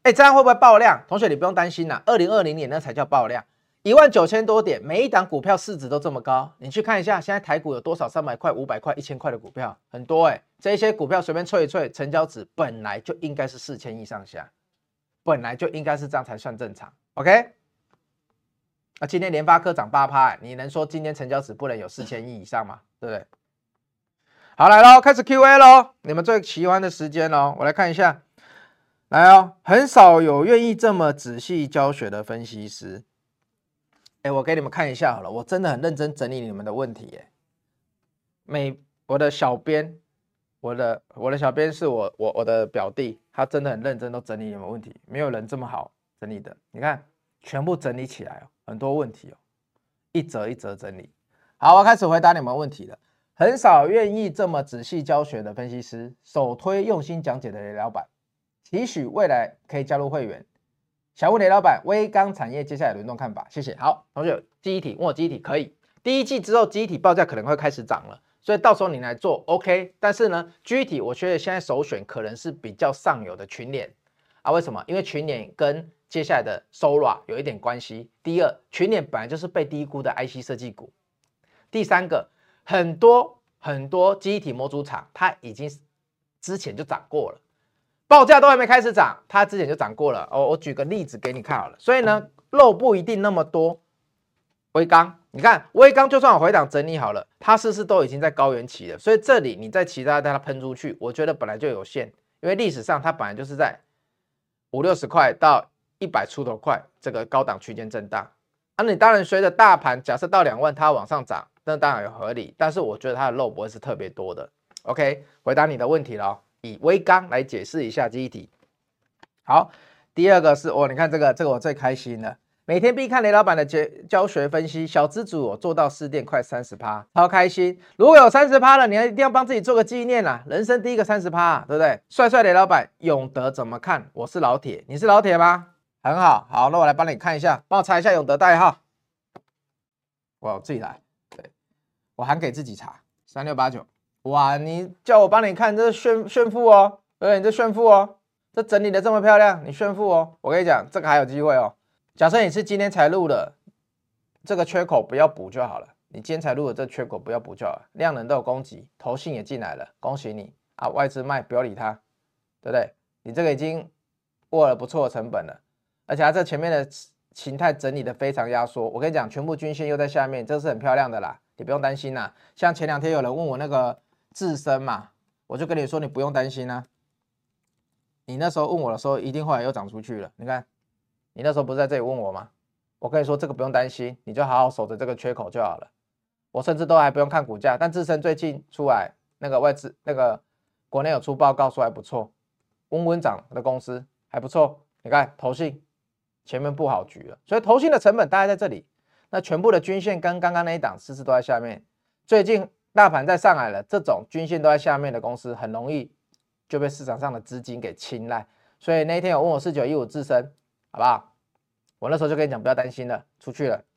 哎，这样会不会爆量？同学你不用担心啦，二零二零年那才叫爆量，一万九千多点，每一档股票市值都这么高，你去看一下，现在台股有多少三百块、五百块、一千块的股票，很多哎、欸，这些股票随便吹一吹，成交值本来就应该是四千亿上下，本来就应该是这样才算正常 ，OK？ 啊，今天联发科涨八趴，你能说今天成交值不能有四千亿以上吗？对不对？好，来咯，开始 Q A 咯，你们最喜欢的时间咯，我来看一下。来哦，很少有愿意这么仔细教学的分析师。哎，我给你们看一下好了，我真的很认真整理你们的问题。哎，每我的小编，我的我的小编是我我我的表弟，他真的很认真都整理你们问题，没有人这么好整理的。你看，全部整理起来哦，很多问题哦，一则一则整理。好，我要开始回答你们问题了。很少愿意这么仔细教学的分析师，首推用心讲解的雷老板。期许未来可以加入会员。想问雷老板，微钢产业接下来轮动看法？谢谢。好，同学，记忆体问我记忆体可以。第一季之后，记忆体报价可能会开始涨了，所以到时候你来做 OK。但是呢，记忆体我觉得现在首选可能是比较上游的群联啊。为什么？因为群联跟接下来的 S O L A 有一点关系。第二，群联本来就是被低估的 I C 设计股。第三个，很多很多记忆体模组厂，它已经之前就涨过了。报价都还没开始涨，它之前就涨过了。哦，我举个例子给你看好了。所以呢，肉不一定那么多。微钢，你看微钢就算我回档整理好了，它是不是都已经在高原期了？所以这里你在期待它喷出去，我觉得本来就有限，因为历史上它本来就是在五六十块到一百出头块这个高档区间震荡。啊，你当然随着大盘假设到两万它往上涨，那当然有合理，但是我觉得它的肉不会是特别多的。OK， 回答你的问题了。以微钢来解释一下记忆体。好，第二个是哦，你看这个，这个我最开心了。每天必看雷老板的教学分析，小资主我做到四店快 百分之三十， 超开心。如果有 百分之三十 了，你一定要帮自己做个纪念啦，人生第一个 百分之三十、啊、对不对？帅帅雷老板，永德怎么看？我是老铁，你是老铁吗？很好，好，那我来帮你看一下，帮我查一下永德代号。我自己来，对，我还给自己查三六八九。哇，你叫我帮你看，这是炫炫富哦，对不对？你这炫富哦，这整理的这么漂亮，你炫富哦。我跟你讲，这个还有机会哦。假设你是今天才录的，这个缺口不要补就好了。你今天才录的这个缺口不要补就好了。量能都有攻击，投信也进来了，恭喜你啊！外资卖不要理它，对不对？你这个已经握了不错的成本了，而且它这前面的形态整理的非常压缩。我跟你讲，全部均线又在下面，这是很漂亮的啦，你不用担心啦。像前两天有人问我那个自身嘛，我就跟你说你不用担心啊。你那时候问我的时候，一定后来又涨出去了。你看，你那时候不是在这里问我吗？我跟你说这个不用担心，你就好好守着这个缺口就好了。我甚至都还不用看股价，但自身最近出来那个外资那个国内有出报告说还不错，温温涨的公司还不错。你看投信前面布好局了，所以投信的成本大概在这里。那全部的均线跟刚刚那一档次次都在下面。最近大盘再上来了，这种均线都在下面的公司很容易就被市场上的资金给青睐。所以那一天有问我四九一五自身好不好？我那时候就跟你讲不要担心了，出去了。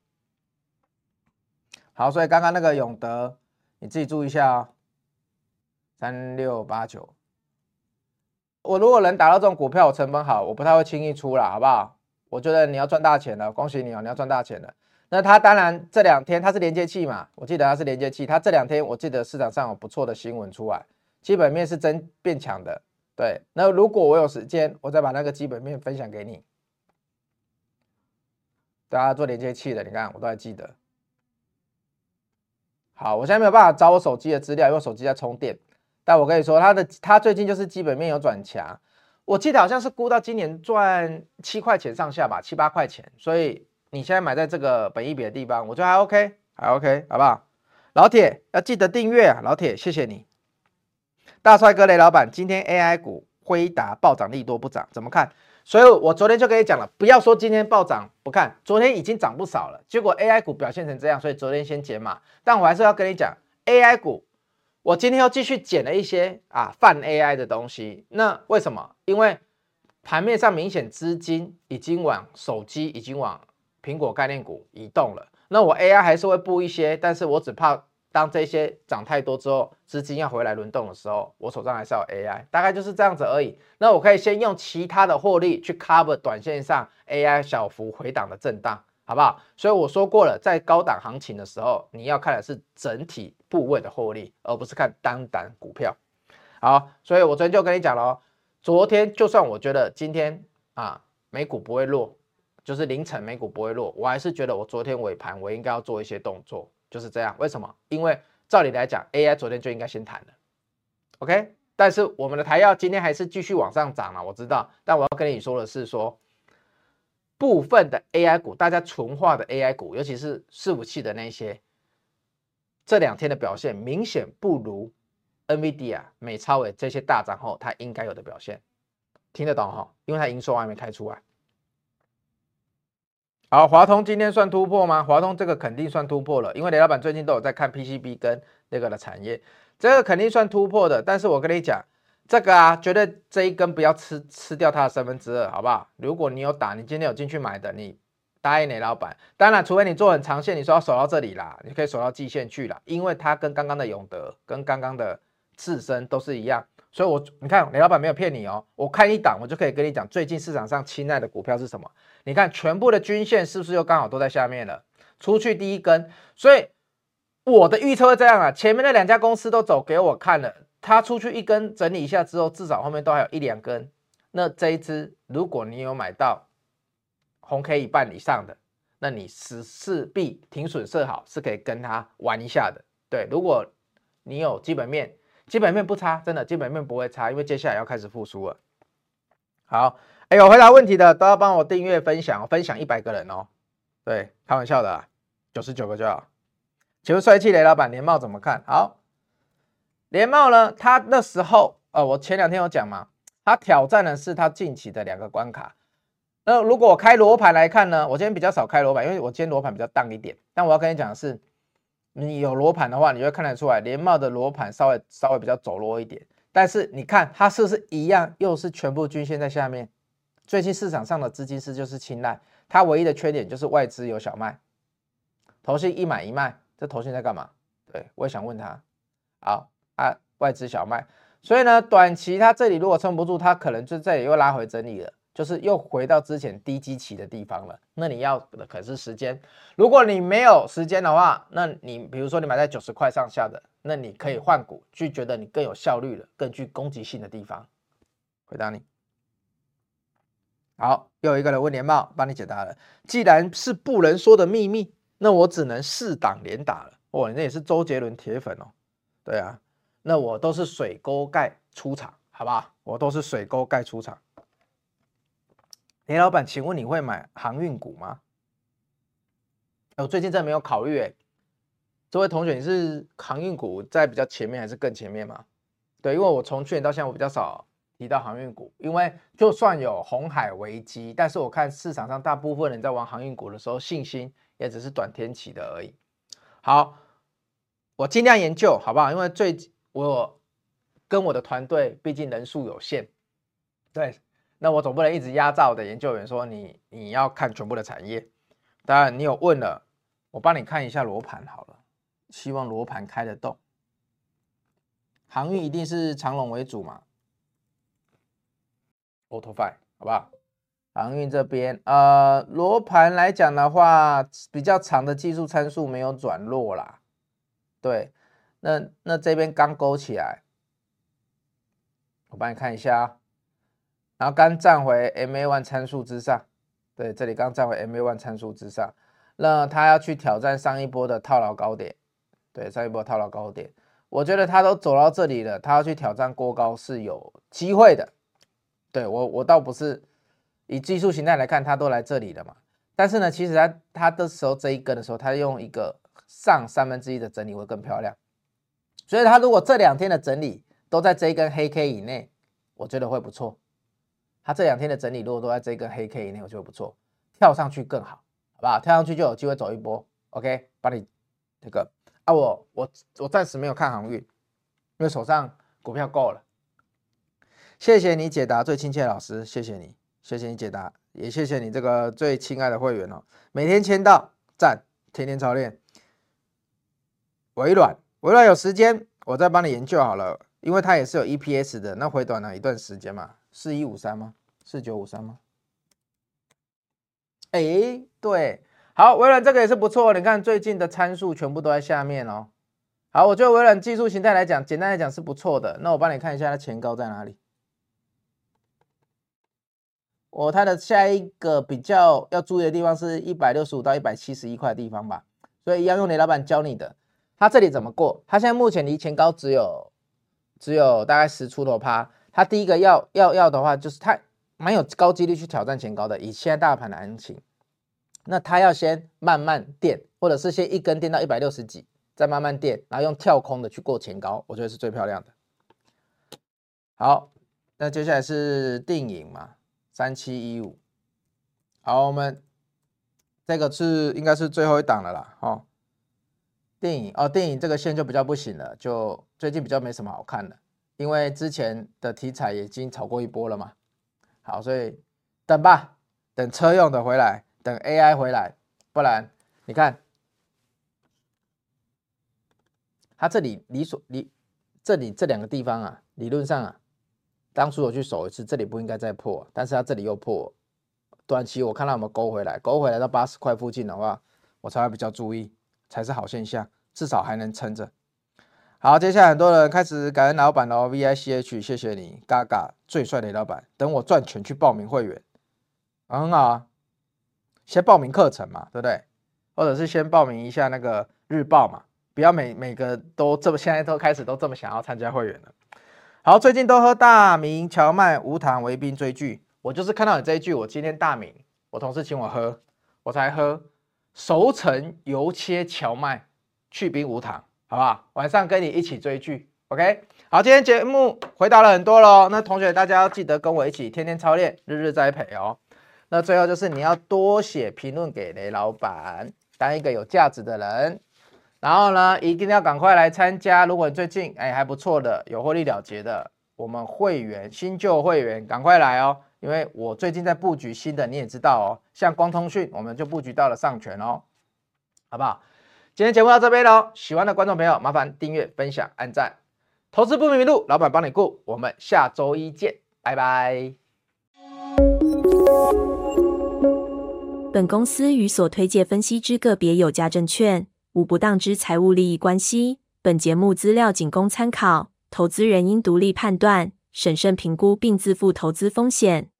好，所以刚刚那个永德你自己注意一下哦，三六八九。我如果能打到这种股票，我成本好，我不太会轻易出啦，好不好？我觉得你要赚大钱了，恭喜你哦，你要赚大钱了。那它当然这两天它是连接器嘛，我记得它是连接器，它这两天我记得市场上有不错的新闻出来，基本面是真变强的。对，那如果我有时间，我再把那个基本面分享给你。大家做连接器的，你看我都还记得。好，我现在没有办法找我手机的资料，因为手机在充电。但我跟你说，它的它最近就是基本面有转强，我记得好像是估到今年赚七块钱上下吧，七八块钱。所以你现在买在这个本益比的地方，我觉得还 OK， 还 OK， 好不好？老铁要记得订阅啊，老铁谢谢你。大帅哥雷老板，今天 A I 股辉达暴涨利多不涨，怎么看？所以我昨天就跟你讲了，不要说今天暴涨不看，昨天已经涨不少了，结果 A I 股表现成这样，所以昨天先减码。但我还是要跟你讲 ，A I 股，我今天又继续减了一些啊泛 A I 的东西。那为什么？因为盘面上明显资金已经往手机、已经往苹果概念股移动了。那我 A I 还是会布一些，但是我只怕当这些涨太多之后，资金要回来轮动的时候，我手上还是要 A I， 大概就是这样子而已。那我可以先用其他的获利去 cover 短线上 A I 小幅回档的震荡，好不好？所以我说过了，在高档行情的时候，你要看的是整体部位的获利，而不是看单档股票。好，所以我昨天就跟你讲了哦，昨天就算我觉得今天啊美股不会弱，就是凌晨美股不会弱，我还是觉得我昨天尾盘我应该要做一些动作，就是这样。为什么？因为照理来讲 ，A I 昨天就应该先谈了 ，OK？ 但是我们的台药今天还是继续往上涨嘛，我知道。但我要跟你说的是说，部分的 A I 股，大家纯化的 A I 股，尤其是伺服器的那些，这两天的表现明显不如 NVIDIA、美超伟这些大涨后它应该有的表现。听得懂哈？因为它营收还没开出来。好，华通今天算突破吗？华通这个肯定算突破了，因为雷老板最近都有在看 P C B 跟那个的产业，这个肯定算突破的。但是我跟你讲，这个啊，绝对这一根不要吃吃掉它的三分之二，好不好？如果你有打，你今天有进去买的，你答应雷老板，当然除非你做很长线，你说要守到这里啦，你可以守到季线去啦，因为它跟刚刚的永德跟刚刚的智深都是一样。所以我，你看雷老板没有骗你哦，我看一档，我就可以跟你讲，最近市场上青睐的股票是什么？你看全部的均线是不是又刚好都在下面了？出去第一根，所以我的预测会这样啊，前面那两家公司都走给我看了，它出去一根整理一下之后，至少后面都还有一两根。那这一支，如果你有买到红 K 一半以上的，那你势必停损设好，是可以跟它玩一下的。对，如果你有基本面。基本面不差，真的基本面不会差，因为接下来要开始复苏了。好，哎，有回答问题的都要帮我订阅分享，分享一百个人哦。对，开玩笑的啊，九十九个就好。请问帅气雷老板联茂怎么看？好，联茂呢，他那时候呃，我前两天有讲嘛，他挑战的是他近期的两个关卡。那如果我开罗盘来看呢，我今天比较少开罗盘，因为我今天罗盘比较淡一点。但我要跟你讲的是。你有罗盘的话，你会看得出来，联茂的罗盘稍微稍微比较走弱一点，但是你看它是不是一样，又是全部均线在下面？最近市场上的资金是就是青睐，它唯一的缺点就是外资有小卖，投信一买一卖，这投信在干嘛？对，我也想问他。好啊，外资小卖，所以呢，短期它这里如果撑不住，它可能就这里又拉回整理了。就是又回到之前低基期的地方了，那你要的可是时间。如果你没有时间的话，那你比如说你买在九十块上下的，那你可以换股，去觉得你更有效率了，更具攻击性的地方。回答你。好，又有一个人问联茂，帮你解答了。既然是不能说的秘密，那我只能四档连打了。哦，那也是周杰伦铁粉哦。对啊，那我都是水沟盖出场，好不好？我都是水沟盖出场。雷老板，请问你会买航运股吗？我最近真的没有考虑诶。这位同学，你是航运股在比较前面还是更前面吗？对，因为我从去年到现在我比较少提到航运股，因为就算有红海危机，但是我看市场上大部分人在玩航运股的时候，信心也只是短天期的而已。好，我尽量研究，好不好？因为最我跟我的团队毕竟人数有限，对。那我总不能一直压榨我的研究员说你你要看全部的产业，当然你有问了，我帮你看一下罗盘好了，希望罗盘开得动。航运一定是长荣为主嘛 ，AutoFi 好不好？航运这边呃罗盘来讲的话，比较长的技术参数没有转弱啦，对，那那这边刚勾起来，我帮你看一下啊。然后刚站回 M A 一 参数之上，对，这里刚站回 M A 一 参数之上，那他要去挑战上一波的套牢高点，对，上一波套牢高点，我觉得他都走到这里了，他要去挑战过高是有机会的，对我我倒不是以技术形态来看，他都来这里了嘛，但是呢，其实他他的时候这一根的时候，他用一个上三分之一的整理会更漂亮，所以他如果这两天的整理都在这一根黑 K 以内，我觉得会不错。它这两天的整理如果都在这根黑 K 以内，我觉得不错，跳上去更好，好不好？跳上去就有机会走一波 ，OK， 帮你这个啊，我我我暂时没有看航运，因为手上股票够了。谢谢你解答最亲切的老师，谢谢你，谢谢你解答，也谢谢你这个最亲爱的会员哦，每天签到赞，天天操练。微软微软有时间我再帮你研究好了，因为它也是有 E P S 的，那回短了一段时间嘛，四一五三吗？四九五三吗？哎，对，好，微软这个也是不错，你看最近的参数全部都在下面哦。好，我觉得微软技术形态来讲，简单来讲是不错的。那我帮你看一下它前高在哪里。我、哦、它的下一个比较要注意的地方是一百六十五到一百七十一块的地方吧，所以一样用雷老板教你的。它这里怎么过？它现在目前离前高只有只有大概十出头趴。它第一个要要要的话，就是它蛮有高几率去挑战前高的。以现在大盘的行情，那它要先慢慢垫，或者是先一根垫到一百六十几，再慢慢垫，然后用跳空的去过前高，我觉得是最漂亮的。好，那接下来是定影嘛。三七一五，好，我们这个是应该是最后一档了啦，哦。电影哦，电影这个线就比较不行了，就最近比较没什么好看的，因为之前的题材已经炒过一波了嘛。好，所以等吧，等车用的回来，等 A I 回来，不然你看它这里理所理这里这两个地方啊，理论上啊。当初我去守一次，这里不应该再破，但是它这里又破，短期我看到有没有勾回来，勾回来到八十块附近的话，我才会比较注意，才是好现象，至少还能撑着。好，接下来很多人开始感恩老板喽 ，V I C H， 谢谢你，嘎嘎最帅的老板，等我赚钱去报名会员，啊、很好啊，先报名课程嘛，对不对？或者是先报名一下那个日报嘛，不要每每个都这么现在都开始都这么想要参加会员了。好，最近都喝大明、荞麦、无糖微冰追剧，我就是看到你这一句，我今天大明，我同事请我喝，我才喝熟成油切荞麦去冰无糖，好不好？晚上跟你一起追剧 ，OK？ 好，今天节目回答了很多咯，那同学大家要记得跟我一起天天操练，日日栽培哦。那最后就是你要多写评论给雷老板，当一个有价值的人。然后呢，一定要赶快来参加。如果你最近哎还不错的，有获利了结的，我们会员新旧会员赶快来哦，因为我最近在布局新的，你也知道哦，像光通讯我们就布局到了上权哦，好不好？今天节目到这边喽，喜欢的观众朋友麻烦订阅、分享、按赞。投资不迷路，老板帮你顾。我们下周一见，拜拜。 本公司与所推介分析之个别有价证券无不当之财务利益关系，本节目资料仅供参考，投资人应独立判断、审慎评估并自负投资风险。